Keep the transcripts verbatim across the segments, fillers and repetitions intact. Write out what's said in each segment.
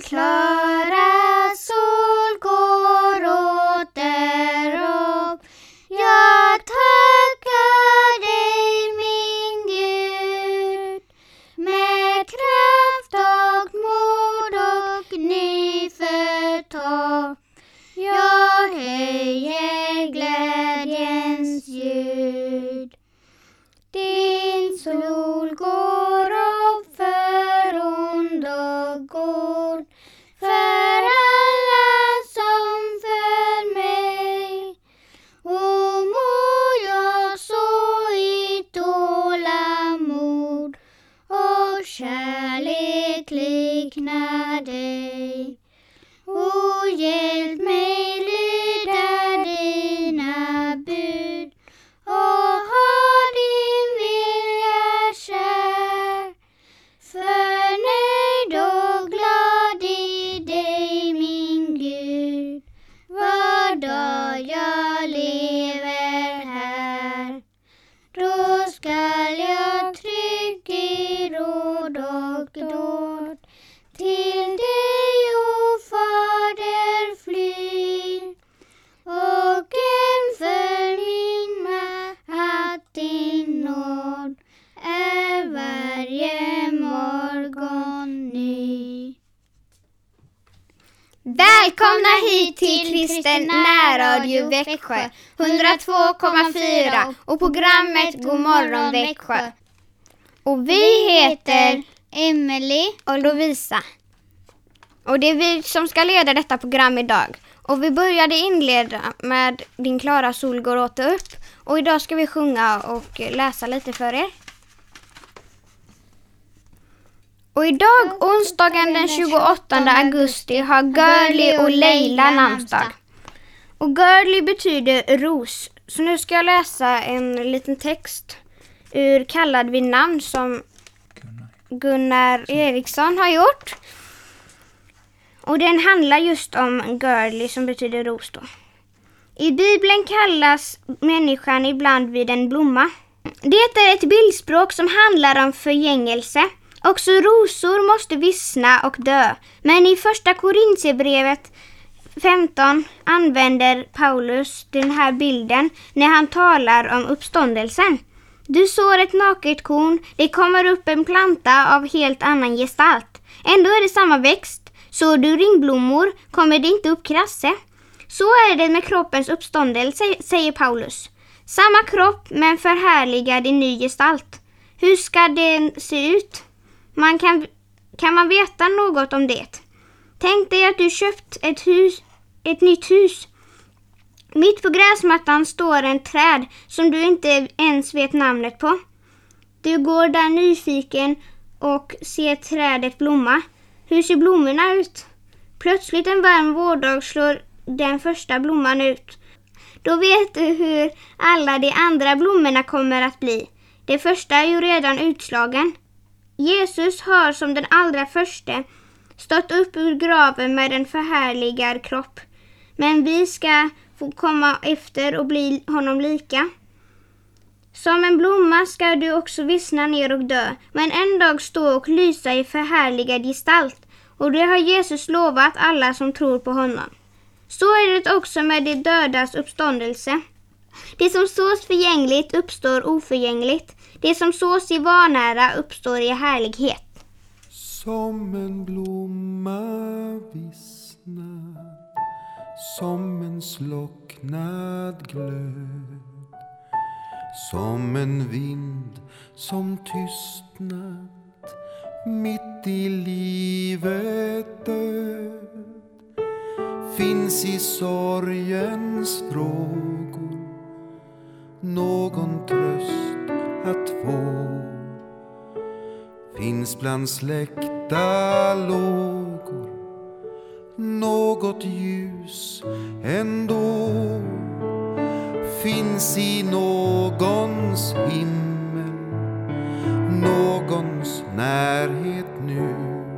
klara sol går åter upp. Jag tackar dig, min Gud, med kraft och mod och nyfött hopp. Jag höjer glädjens ljud. Din sol går upp för ond och god, för alla som för mig. O må jag så i tålamod och kärlek likna dig. O hjälp mig lyda dina bud och ha din vilja kär. Förnöjd och glad i dig, min Gud, var dag jag lever här. Då skall jag trygg i råd och dåd till dig, o Fader, fly. Och inför min makt din nåd är varje morgon ny. Välkomna hit till Kristen närradio Växjö hundratvå komma fyra och programmet God morgon Växjö. Och vi heter Emily och Lovisa. Och det är vi som ska leda detta program idag. Och vi började inleda med Din klara sol går åter upp. Och idag ska vi sjunga och läsa lite för er. Och idag, onsdagen den tjugoåttonde augusti, har Görli och Leila namnsdag. Och Görli betyder ros. Så nu ska jag läsa en liten text ur Kallad vid namn som Gunnar Eriksson har gjort. Och den handlar just om Görli som betyder ros då. I Bibeln kallas människan ibland vid en blomma. Det är ett bildspråk som handlar om förgängelse. Också rosor måste vissna och dö. Men i första Korintierbrevet femton använder Paulus den här bilden när han talar om uppståndelsen. Du sår ett naket korn, det kommer upp en planta av helt annan gestalt. Ändå är det samma växt. Så du ringblommor kommer det inte upp krasse. Så är det med kroppens uppståndelse, säger Paulus. Samma kropp men förhärligad i ny gestalt. Hur ska den se ut? Man kan, kan man veta något om det? Tänk dig att du köpt ett hus, ett nytt hus. Mitt på gräsmattan står en träd som du inte ens vet namnet på. Du går där nyfiken och ser trädet blomma. Hur ser blommorna ut? Plötsligt en varm vårdag slår den första blomman ut. Då vet du hur alla de andra blommorna kommer att bli. Det första är ju redan utslagen. Jesus har som den allra första stått upp ur graven med en förhärligad kropp. Men vi ska få komma efter och bli honom lika. Som en blomma ska du också vissna ner och dö, men en dag stå och lysa i förhärligad gestalt. Och det har Jesus lovat alla som tror på honom. Så är det också med de dödas uppståndelse. Det som sås förgängligt uppstår oförgängligt. Det som sås i vanära uppstår i härlighet. Som en blomma vissnar, som en slocknad glöd, som en vind som tystnat mitt i livet död. Finns i sorgens frågor någon tröst att få. Finns bland släckta lågor något ljus ändå. Finns i någons himmel någons närhet nu.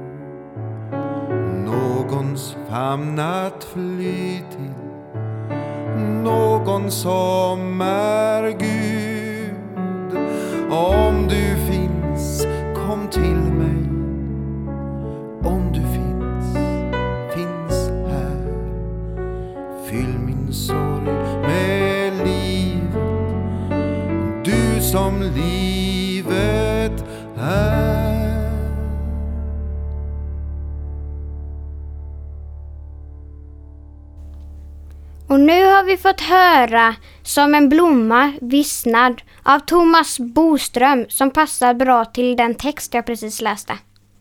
Någons famn att fly till, någon som är Gud. Om du finns, kom till mig. Om du finns, vi fått höra Som en blomma vissnad av Thomas Boström som passar bra till den text jag precis läste.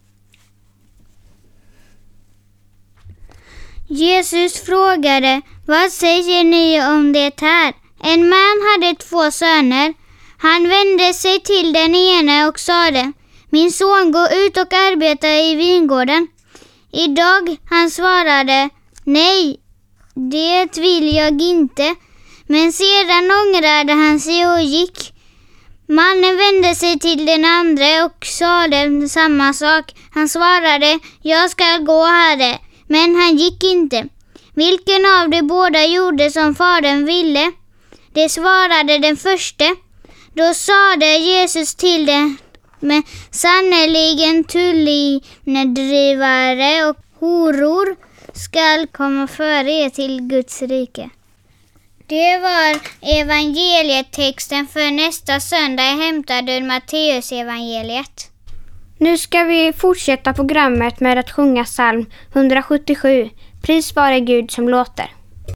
Jesus frågade, vad säger ni om det här? En man hade två söner. Han vände sig till den ene och sade, min son, gå ut och arbeta i vingården. Idag, han svarade, nej, det vill jag inte. Men sedan ångrade han sig och gick. Mannen vände sig till den andra och sade samma sak. Han svarade, jag ska gå, herre. Men han gick inte. Vilken av de båda gjorde som fadern ville? Det svarade den första. Då sade Jesus till dem, men sannoliken tullinedrivare och horor skall komma före er till Guds rike. Det var evangelietexten för nästa söndag hämtad ur Matteus evangeliet. Nu ska vi fortsätta programmet med att sjunga psalm hundrasjuttiosju. Pris vare Gud som låter.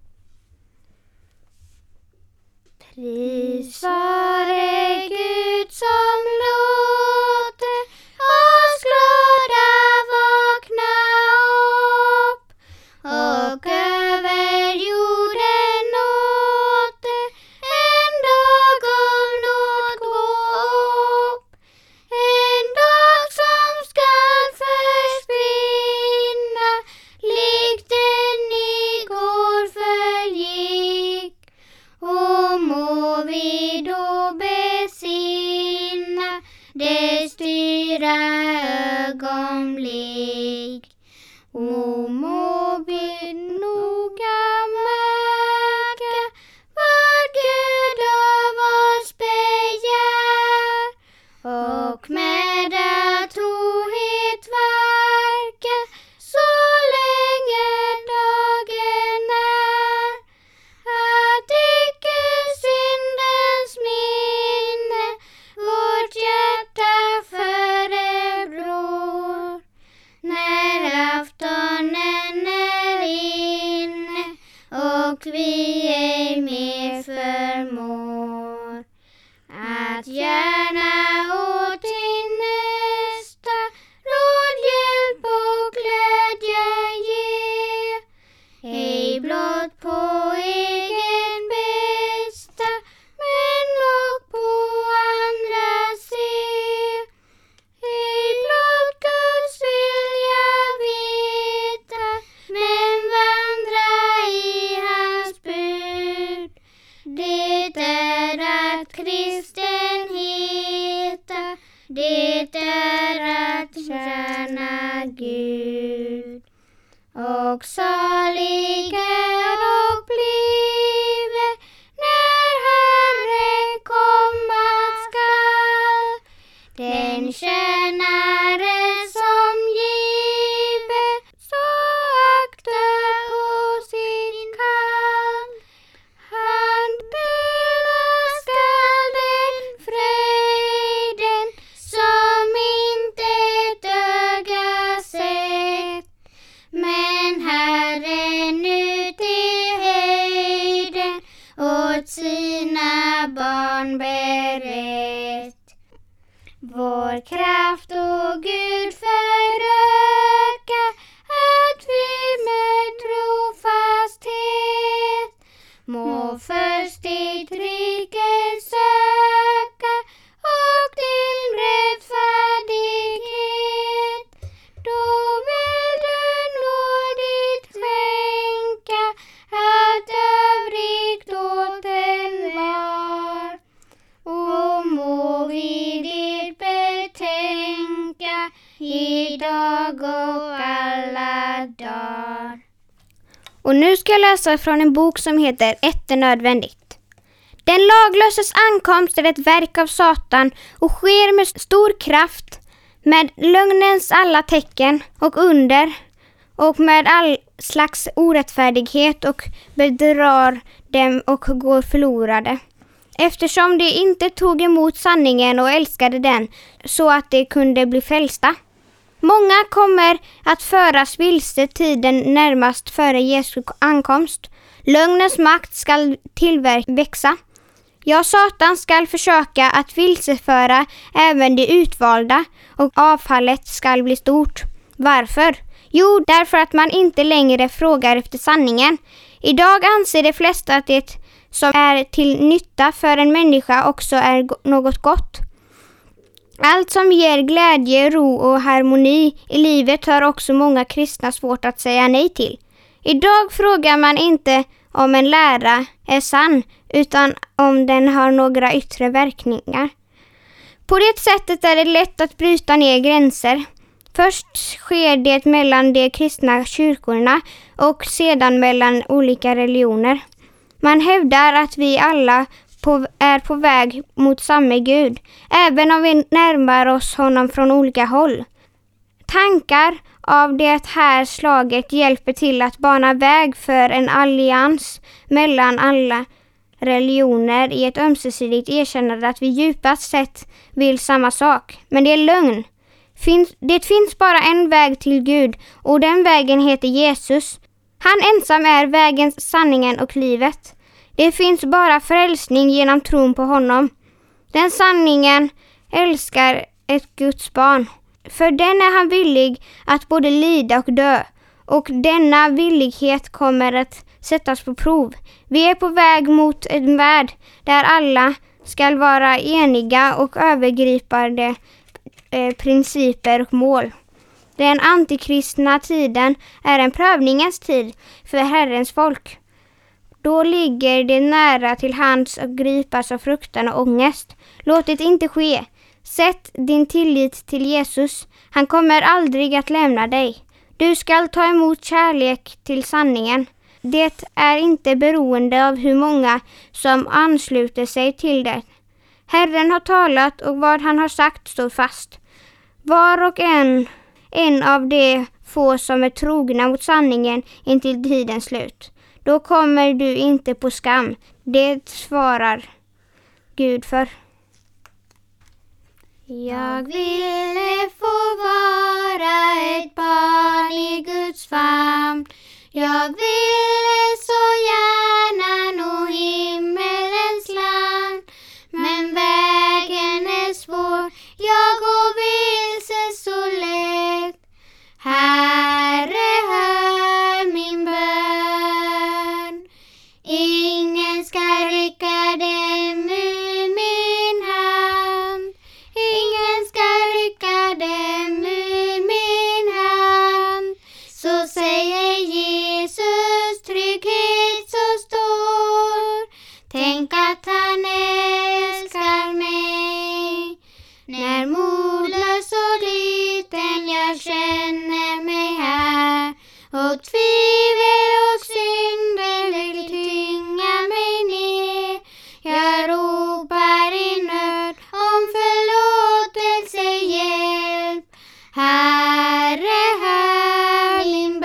Pris vare Gud som låter oss glada vakna upp och över jorden åter en dag av nåd gå upp. En dag som skall försvinna likt den igår förgick. Och må vi då besinna det styra ögonblick. Och må vi noga märka vad Gud av oss begär. Och med trohet verka så länge dagen är. Att icke syndens minne vårt hjärta förebrår. När aftonen är inne och vi ej mer förmår. Att gärna åt din nästa råd, hjälp och glädje ge. Ej blott på egen bästa, men och på andra se. Ej blott Guds vilja veta, men vandra i hans bud. Det är att kristen heta, det är att tjäna Gud. Och salig är och blive när Herren komma skall. Den tjänare som give så aktar på sin kall. Han bära skall den fröjden som inte ett öga sett. Men Herren ut i höjden åt sina barn berett. Vår kraft och Gud föröka, att vi med trofasthet må först ditt rike söka och din rättfärdighet. Då vill du nå ditt skänka, att övrigt åt den var. Och må vi ditt betänka idag och alla dagar. Och nu ska jag läsa från en bok som heter Ett är nödvändigt. Den laglöses ankomst är ett verk av Satan och sker med stor kraft, med lögnens alla tecken och under och med all slags orättfärdighet och bedrar dem och går förlorade. Eftersom de inte tog emot sanningen och älskade den så att de kunde bli frälsta. Många kommer att föras vilse tiden närmast före Jesu ankomst. Lögnens makt skall tillväxa. Ja, Satan skall försöka att vilseföra även de utvalda och avfallet skall bli stort. Varför? Jo, därför att man inte längre frågar efter sanningen. Idag anser de flesta att det som är till nytta för en människa också är något gott. Allt som ger glädje, ro och harmoni i livet har också många kristna svårt att säga nej till. Idag frågar man inte om en lära är sann, utan om den har några yttre verkningar. På det sättet är det lätt att bryta ner gränser. Först sker det mellan de kristna kyrkorna och sedan mellan olika religioner. Man hävdar att vi alla på, är på väg mot samma Gud, även om vi närmar oss honom från olika håll. Tankar av det här slaget hjälper till att bana väg för en allians mellan alla religioner i ett ömsesidigt erkännande att vi djupast sett vill samma sak. Men det är lögn. Finns, det finns bara en väg till Gud, och den vägen heter Jesus. Han ensam är vägen, sanningen och livet. Det finns bara frälsning genom tron på honom. Den sanningen älskar ett Guds barn. För den är han villig att både lida och dö. Och denna villighet kommer att sättas på prov. Vi är på väg mot en värld där alla ska vara eniga och övergripande eh, principer och mål. Den antikristna tiden är en prövningens tid för Herrens folk. Då ligger det nära till hands att gripas av fruktan och ångest. Låt det inte ske. Sätt din tillit till Jesus. Han kommer aldrig att lämna dig. Du ska ta emot kärlek till sanningen. Det är inte beroende av hur många som ansluter sig till det. Herren har talat och vad han har sagt står fast. Var och en, en av de få som är trogna mot sanningen intill tidens slut. Då kommer du inte på skam. Det svarar Gud för. Jag ville få vara ett barn i Guds famn. Jag ville så gärna nå himmelens land. Men vägen är svår, jag går vilse så lätt. Herre, hör min bön. Ingen ska rycka dem ur min hand. Ingen ska rycka dem ur min hand. Så säger Jesus, trygghet så stor. Tänk att han älskar mig. När modlös och liten jag känner mig här. Och tvivel och synder vill tynga mig ner. Jag ropar i nöd om förlåtelse, hjälp. Herre, hör min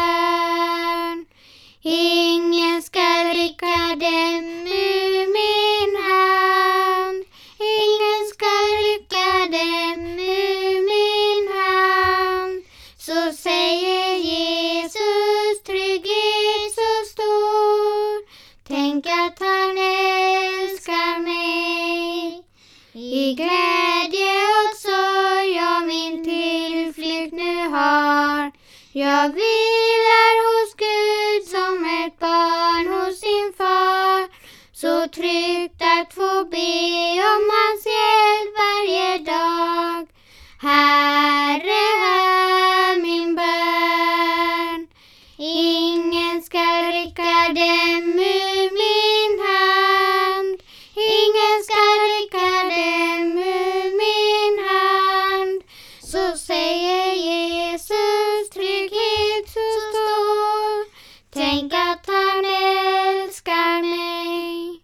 bön. Ingen ska rycka dem ur min hand. Ingen ska rycka dem ur min hand. Så säger Jesus, trygghet så stor. Tänk att han älskar mig. I glädje och sorg jag min tillflykt nu har. Jag vilar hos Gud som ett barn hos sin far. Så tryggt att få be om hans hjälp varje dag. Herre, hör min bön. Ingen ska rycka dem ur min hand. Ingen ska rycka dem ur min hand. Så säger Jesus, trygghet så stor. Tänk att han älskar mig.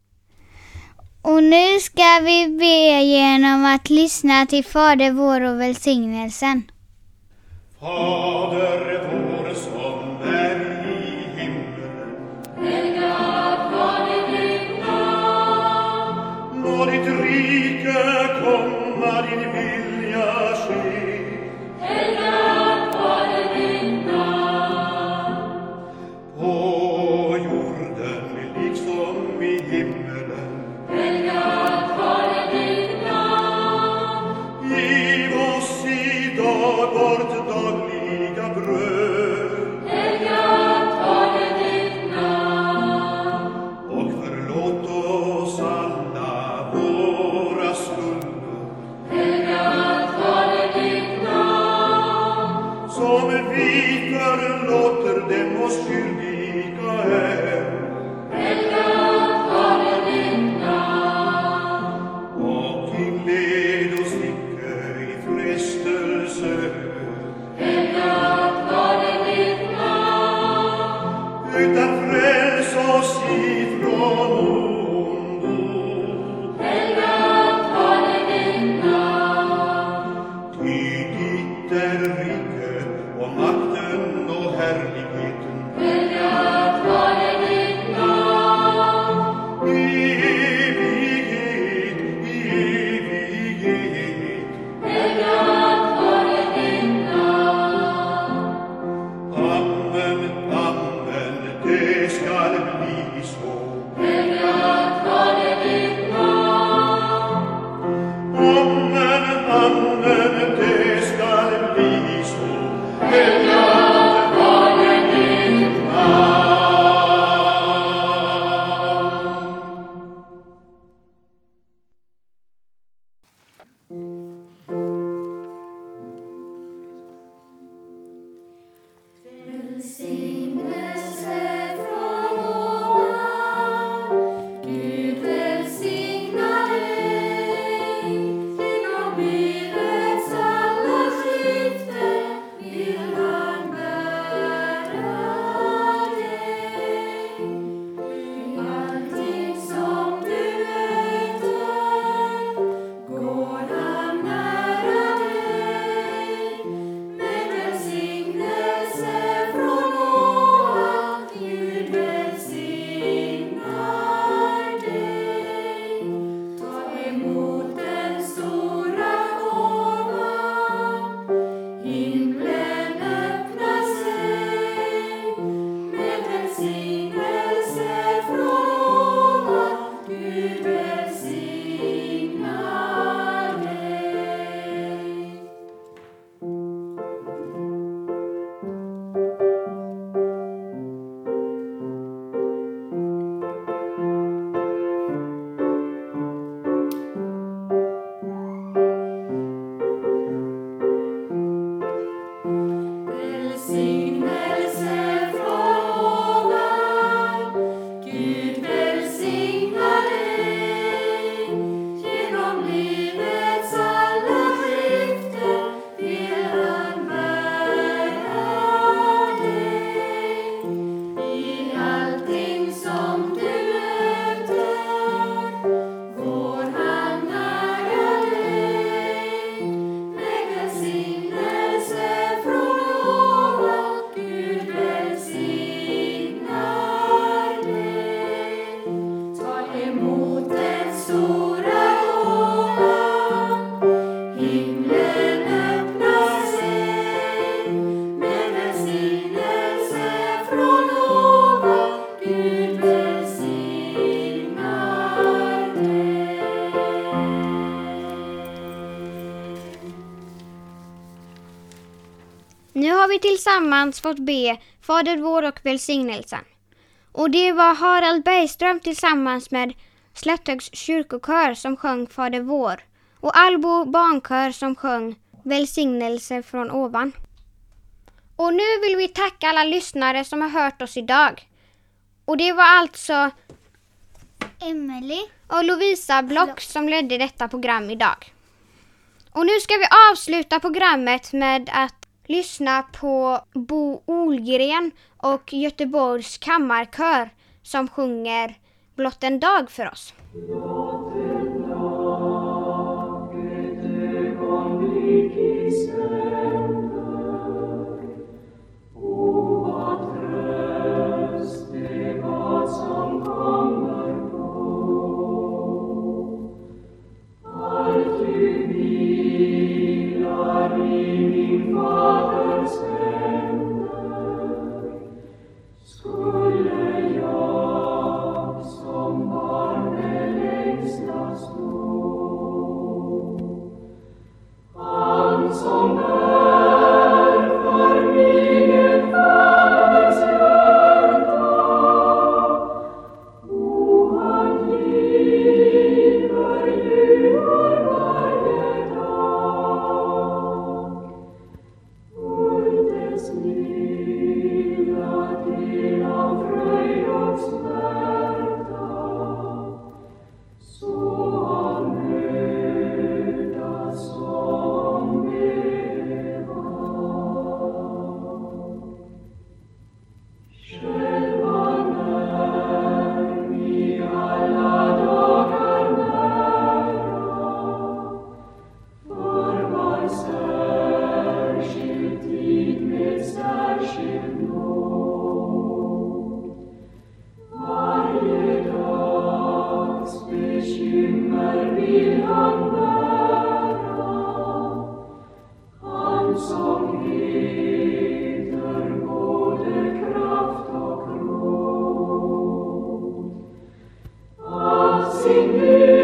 Och nu ska vi be genom att lyssna till Fader vår och välsignelsen. Fader vår som är i himmelen. Helgat var ditt namn. Må ditt rike komma, din vilja ske. Helgat var ditt namn. På jorden idag vårt dagliga bröd. Helgat vare ditt namn. Och förlåt oss alla våra skulder. Helgat vare ditt namn. Som vi förlåter dem oss skyldiga är. Helgat vare ditt namn. Och inled oss icke i frestelse, Helgat vare ditt namn. utan fräls oss ifrån ondo. Helgat vare ditt namn. Ty ditt är riket och makten och härligheten Helgat vare ditt namn. i evighet, i evighet. Helgat vare ditt namn. Amen, amen, det skall bli så. Helgat vare ditt namn. Amen, amen, det skall bli så. Helgat vare ditt namn. Välsignelse från ovan, Gud välsigna dig. Genom livets alla skiften vill han bära dig. I allting som du möter går han nära dig. Med välsignelse från ovan, Gud välsignar dig. Ta emot den stora gåvan, himlen öppnar sig. Med välsignelse från ovan, Gud välsignar dig. Välsignelse från ovan, Gud välsignar dig. Genom livets alla skiften vill han bära dig. I allting som du möter går han nära dig. Med välsignelse från ovan, Gud välsignar dig. Ta emot den stora gåvan, himlen öppnar sig. Med välsignelse från ovan, Gud välsignar dig. Nu har vi tillsammans fått be Fader vår och välsignelsen. Och det var Harald Bergström tillsammans med Slätthögs kyrkokör som sjöng Fader vår. Och Albo barnkör som sjöng Välsignelse från ovan. Och nu vill vi tacka alla lyssnare som har hört oss idag. Och det var alltså Emily. och Lovisa Block som ledde detta program idag. Och nu ska vi avsluta programmet med att lyssna på Bo Olgren och Göteborgs kammarkör som sjunger Blott en dag för oss. Som särskild tid med särskild nåd. Varje dags bekymmer vill han bära, han som heter både kraft och råd. Att sin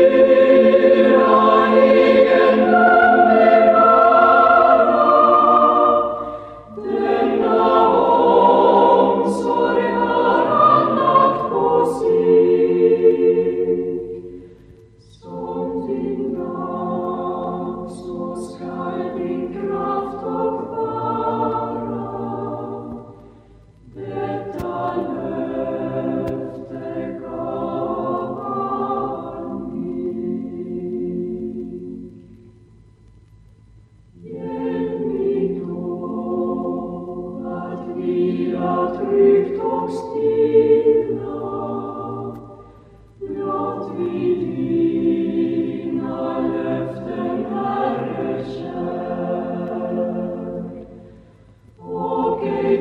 dyra egendom bevara, denna omsorg har han lagt på sig. Som din natt så skall din kraft och vara, detta löfte gav han mig. Hjälp mig då att vila tryggt och stilla, låt vid dina löften, Herre kär, och ej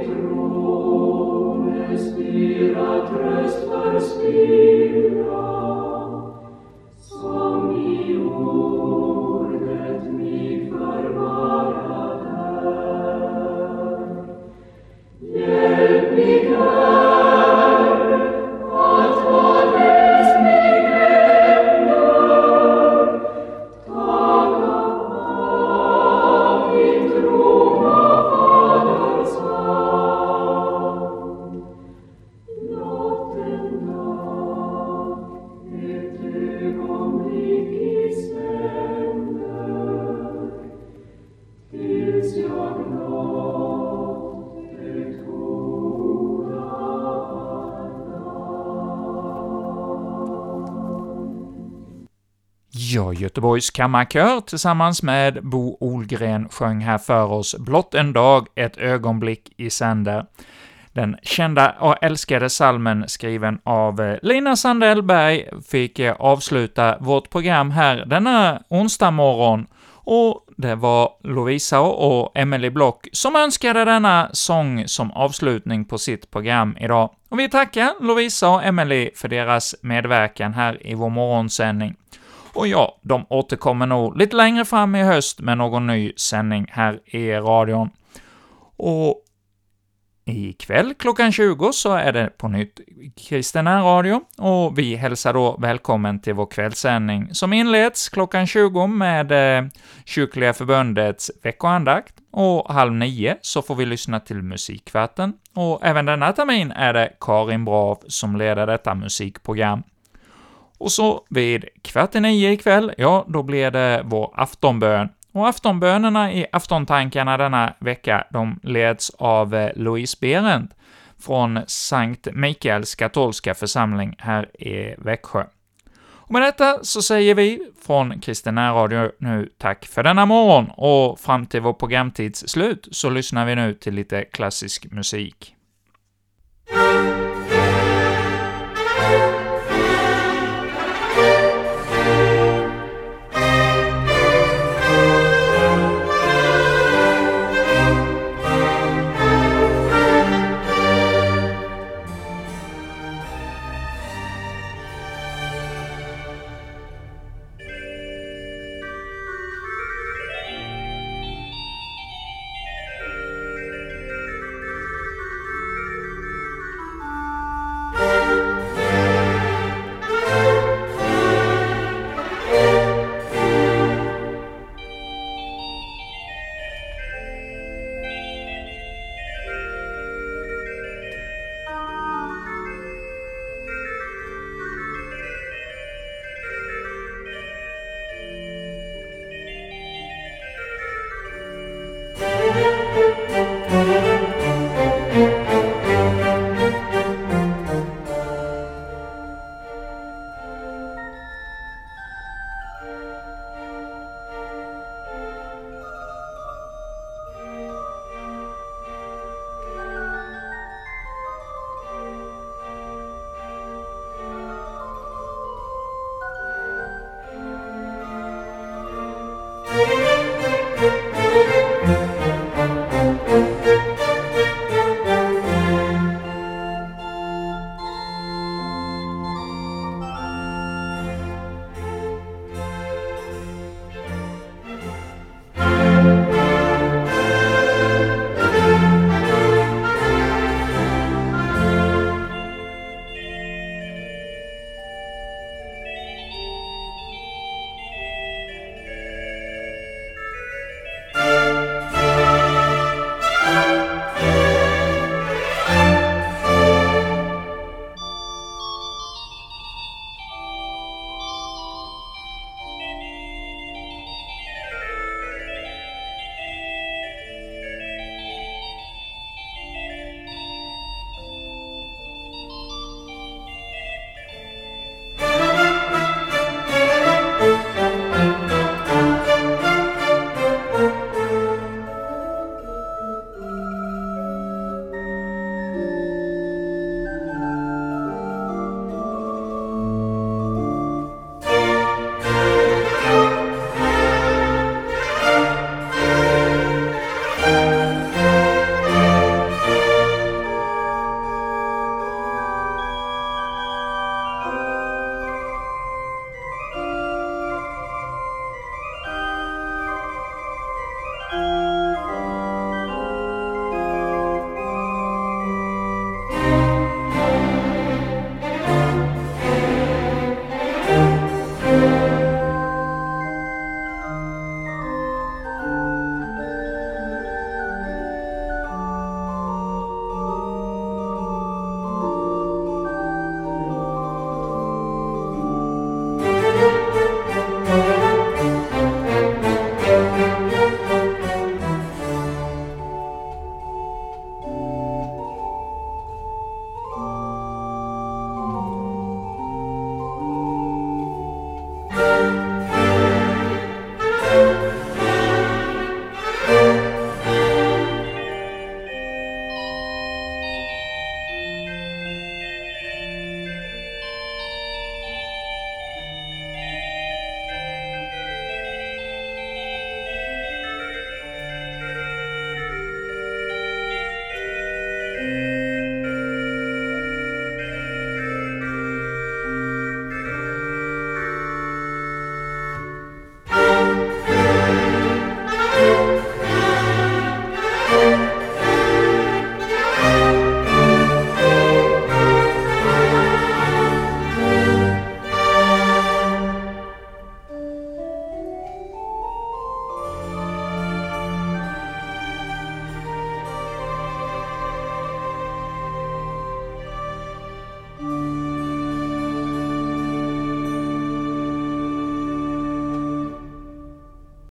trådstyra tröst förspilla, som i ordet mig förvara där. Hjälp mig, Herre, att vad helst mig händer, taga av din trona Faders hand. Låt den dag ett ögonblick i sänder, tills jag nått det goda Ja, Göteborgs kammarkör tillsammans med Bo Olgren sjöng här för oss Blott en dag, ett ögonblick i sänder. Den kända och älskade salmen skriven av Lina Sandellberg fick avsluta vårt program här denna onsdag morgon, och det var Lovisa och Emily Block som önskade denna sång som avslutning på sitt program idag. Och vi tackar Lovisa och Emily för deras medverkan här i vår morgonsändning. Och ja, de återkommer nog lite längre fram i höst med någon ny sändning här i radion. Och ikväll klockan tjugo så är det på nytt Kristen Radio, och vi hälsar då välkommen till vår kvällssändning som inleds klockan tjugo med eh, Kyrkliga förbundets veckoandakt, och halv nio så får vi lyssna till Musikkvarten, och även denna termin är det Karin Brav som leder detta musikprogram. Och så vid kvart i nio ikväll, ja, då blir det vår aftonbön. Och aftonbönerna i aftontankarna denna vecka, de leds av eh, Louise Berendt från Sankt Mikaels katolska församling här i Växjö. Och med detta så säger vi från Kristen Radio nu tack för denna morgon, och fram till vår programtids slut så lyssnar vi nu till lite klassisk musik.